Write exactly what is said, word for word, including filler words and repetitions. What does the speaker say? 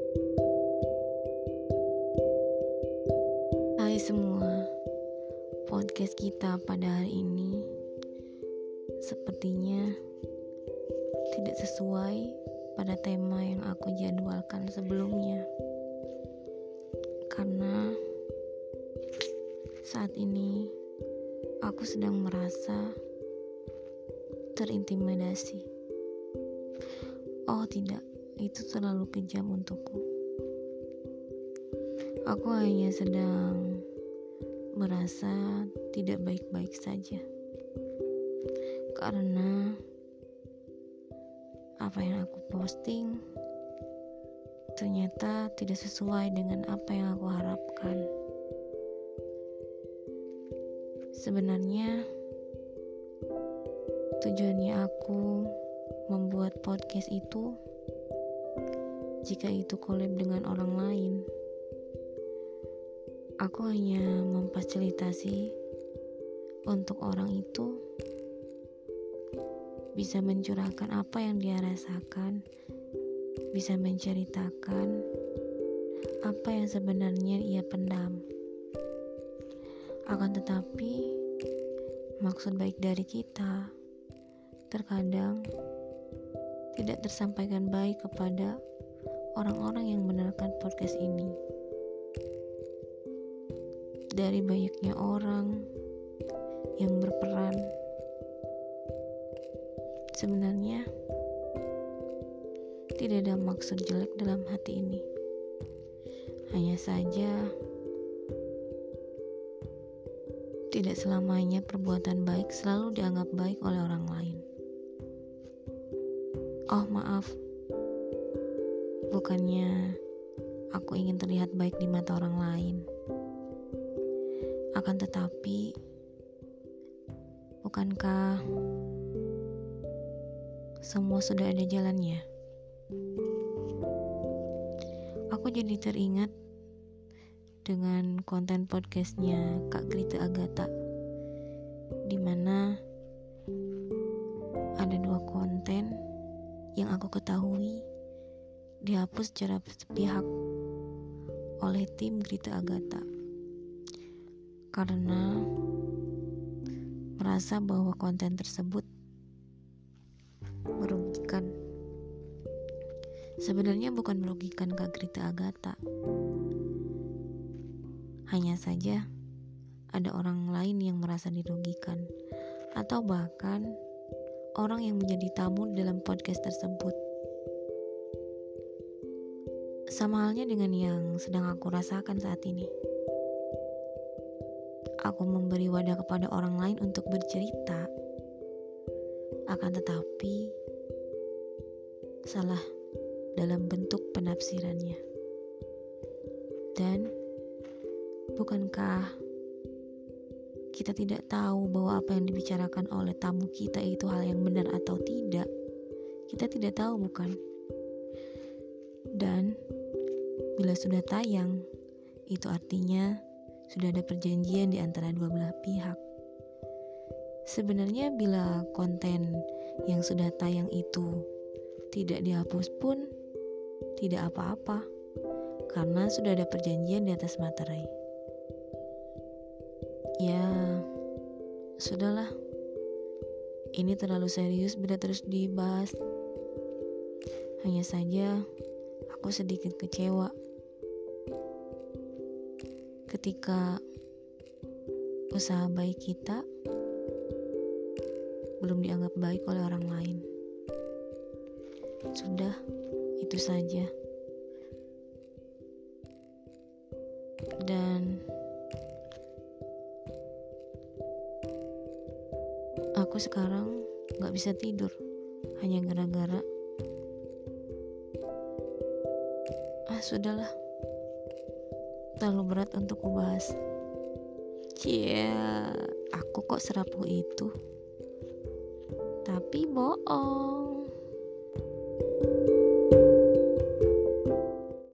Hai semua, podcast kita pada hari ini sepertinya tidak sesuai pada tema yang aku jadwalkan sebelumnya. Karena saat ini aku sedang merasa terintimidasi. Oh tidak, itu terlalu kejam untukku. Aku hanya sedang merasa tidak baik-baik saja. Karena apa yang aku posting ternyata tidak sesuai dengan apa yang aku harapkan. Sebenarnya tujuannya aku membuat podcast itu, jika itu collab dengan orang lain, aku hanya memfasilitasi untuk orang itu bisa mencurahkan apa yang dia rasakan, bisa menceritakan apa yang sebenarnya ia pendam. Akan tetapi, maksud baik dari kita terkadang tidak tersampaikan baik kepada orang-orang yang mendengarkan podcast ini. Dari banyaknya orang yang berperan, sebenarnya tidak ada maksud jelek dalam hati ini. Hanya saja tidak selamanya perbuatan baik selalu dianggap baik oleh orang lain. Oh maaf, bukannya aku ingin terlihat baik di mata orang lain. Akan tetapi, bukankah semua sudah ada jalannya? Aku jadi teringat dengan konten podcastnya Kak Grita Agatha, di mana ada dua konten yang aku ketahui dihapus secara sepihak oleh tim Grita Agatha karena merasa bahwa konten tersebut merugikan. Sebenarnya bukan merugikan Kak Grita Agatha, hanya saja ada orang lain yang merasa dirugikan, atau bahkan orang yang menjadi tamu dalam podcast tersebut. Sama halnya dengan yang sedang aku rasakan saat ini. Aku memberi wadah kepada orang lain untuk bercerita, akan tetapi salah dalam bentuk penafsirannya. Dan bukankah kita tidak tahu bahwa apa yang dibicarakan oleh tamu kita itu hal yang benar atau tidak? Kita tidak tahu, bukan? Dan bila sudah tayang, itu artinya sudah ada perjanjian di antara dua belah pihak. Sebenarnya bila konten yang sudah tayang itu tidak dihapus pun tidak apa-apa, karena sudah ada perjanjian di atas materai. Ya, sudahlah. Ini terlalu serius bila terus dibahas. Hanya saja aku sedikit kecewa ketika usaha baik kita belum dianggap baik oleh orang lain. Sudah, itu saja. Dan aku sekarang gak bisa tidur hanya gara-gara ah sudahlah, terlalu berat untuk kubahas. Cie, aku kok serapuh itu? Tapi bohong.